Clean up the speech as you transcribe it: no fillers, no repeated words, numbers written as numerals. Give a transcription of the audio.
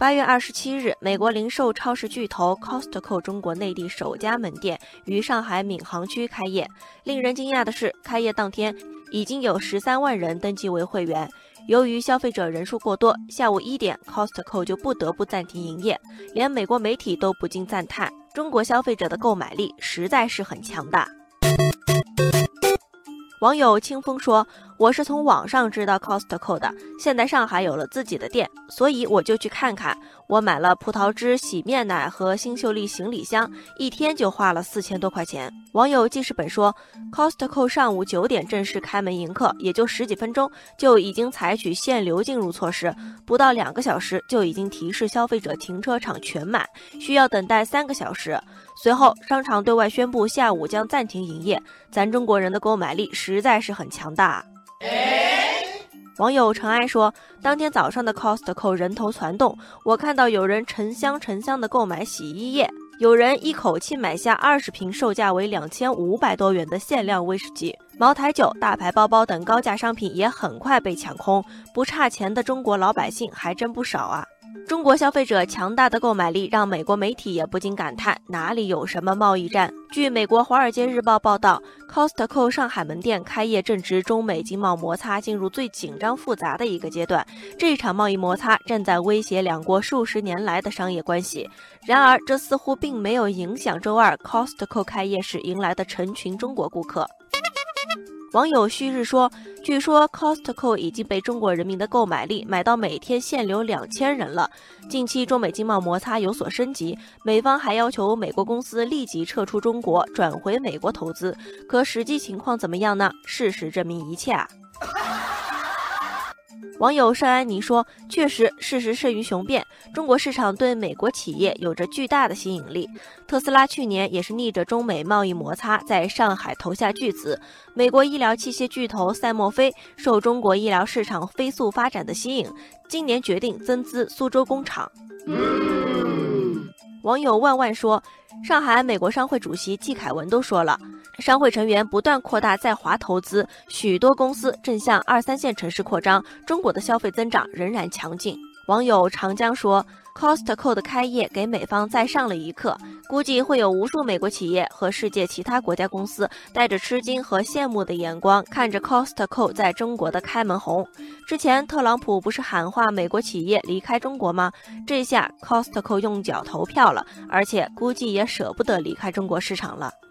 8月27日，美国零售超市巨头 Costco 中国内地首家门店于上海闵行区开业。令人惊讶的是，开业当天已经有13万人登记为会员。由于消费者人数过多，下午1点 Costco 就不得不暂停营业，连美国媒体都不禁赞叹，中国消费者的购买力实在是很强大。网友清风说，我是从网上知道 Costco 的，现在上海有了自己的店，所以我就去看看。我买了葡萄汁、洗面奶和新秀丽行李箱，一天就花了4000多块钱。网友记事本说， Costco 上午9点正式开门迎客，也就10几分钟就已经采取限流进入措施，不到2个小时就已经提示消费者停车场全满，需要等待3个小时。随后商场对外宣布下午将暂停营业，咱中国人的购买力实在是很强大。网友陈爱说，当天早上的 Costco 人头攒动，我看到有人成箱的购买洗衣液，有人一口气买下20瓶售价为2500多元的限量威士忌，茅台酒、大牌包包等高价商品也很快被抢空，不差钱的中国老百姓还真不少啊。中国消费者强大的购买力让美国媒体也不禁感叹，哪里有什么贸易战。据美国《华尔街日报》报道， Costco 上海门店开业正值中美经贸摩擦进入最紧张复杂的一个阶段，这场贸易摩擦正在威胁两国数十年来的商业关系。然而这似乎并没有影响周二 Costco 开业时迎来的成群中国顾客。网友旭日说，据说 Costco 已经被中国人民的购买力买到每天限流2000人了。近期中美经贸摩擦有所升级，美方还要求美国公司立即撤出中国，转回美国投资。可实际情况怎么样呢？事实证明一切啊。网友单安妮说，确实，事实胜于雄辩，中国市场对美国企业有着巨大的吸引力。特斯拉去年也是逆着中美贸易摩擦，在上海投下巨资。美国医疗器械巨头赛默菲受中国医疗市场飞速发展的吸引，今年决定增资苏州工厂。网友万万说，上海美国商会主席季凯文都说了，商会成员不断扩大在华投资，许多公司正向2、3线城市扩张，中国的消费增长仍然强劲。网友长江说， Costco 的开业给美方再上了一课，估计会有无数美国企业和世界其他国家公司带着吃惊和羡慕的眼光看着 Costco 在中国的开门红。之前特朗普不是喊话美国企业离开中国吗？这下 Costco 用脚投票了，而且估计也舍不得离开中国市场了。